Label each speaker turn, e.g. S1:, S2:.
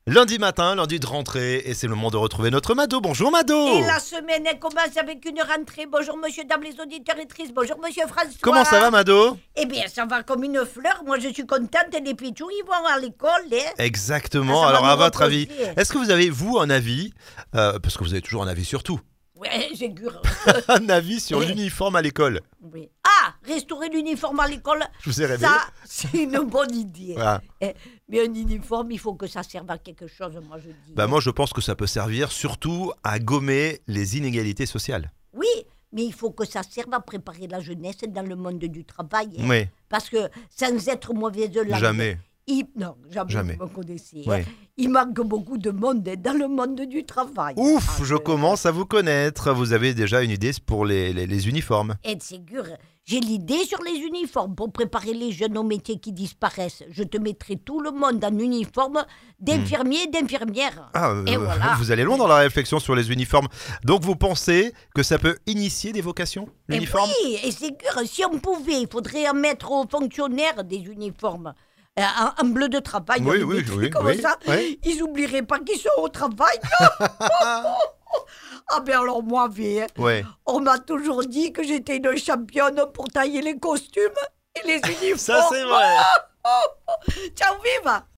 S1: Lundi matin, lundi de rentrée, et c'est le moment de retrouver notre Mado. Bonjour Mado.
S2: Et la semaine, elle commence avec une rentrée. Bonjour monsieur, dames les auditeurs et tristes. Bonjour monsieur François.
S1: Comment ça va Mado?
S2: Eh bien, ça va comme une fleur. Moi, je suis contente. Les pitchous, ils vont à l'école. Hein.
S1: Exactement.
S2: Ça va
S1: Alors, à
S2: nous
S1: votre avis,
S2: reposer.
S1: est-ce que vous avez, vous, un avis parce que vous avez toujours un avis sur tout.
S2: Ouais, j'ai cure.
S1: Un avis sur l'uniforme à l'école.
S2: Oui. Ah, restaurer l'uniforme à l'école.
S1: Je vous ai réveillé.
S2: Ça, c'est une bonne idée.
S1: Voilà.
S2: Mais un uniforme, il faut que ça serve à quelque chose, moi, je dis.
S1: Bah, moi, je pense que ça peut servir surtout à gommer les inégalités sociales.
S2: Oui, mais il faut que ça serve à préparer la jeunesse dans le monde du travail. Hein.
S1: Oui,
S2: Parce que sans être mauvaise langue,
S1: jamais.
S2: Non, jamais,
S1: Jamais.
S2: vous me connaissez.
S1: Oui.
S2: Hein. Il manque beaucoup de monde dans le monde du travail.
S1: Ouf,
S2: Ah,
S1: je commence à vous connaître. Vous avez déjà une idée pour les uniformes.
S2: Et c'est sûr, j'ai l'idée sur les uniformes pour préparer les jeunes aux métiers qui disparaissent. Je te mettrai tout le monde en uniforme d'infirmiers et d'infirmières.
S1: Ah,
S2: Et voilà.
S1: Vous allez loin dans la réflexion sur les uniformes. Donc vous pensez que ça peut initier des vocations,
S2: Et
S1: l'uniforme?
S2: oui, et c'est sûr, si on pouvait, il faudrait en mettre aux fonctionnaires des uniformes. En bleu de travail,
S1: Oui,
S2: on les
S1: oui,
S2: mettrait
S1: oui,
S2: comme
S1: oui,
S2: ça.
S1: oui.
S2: Ils oublieraient pas qu'ils sont au travail. Ah ben alors moi, hein,
S1: Ouais.
S2: on m'a toujours dit que j'étais une championne pour tailler les costumes et les uniformes.
S1: Ça c'est vrai.
S2: Ciao, viva!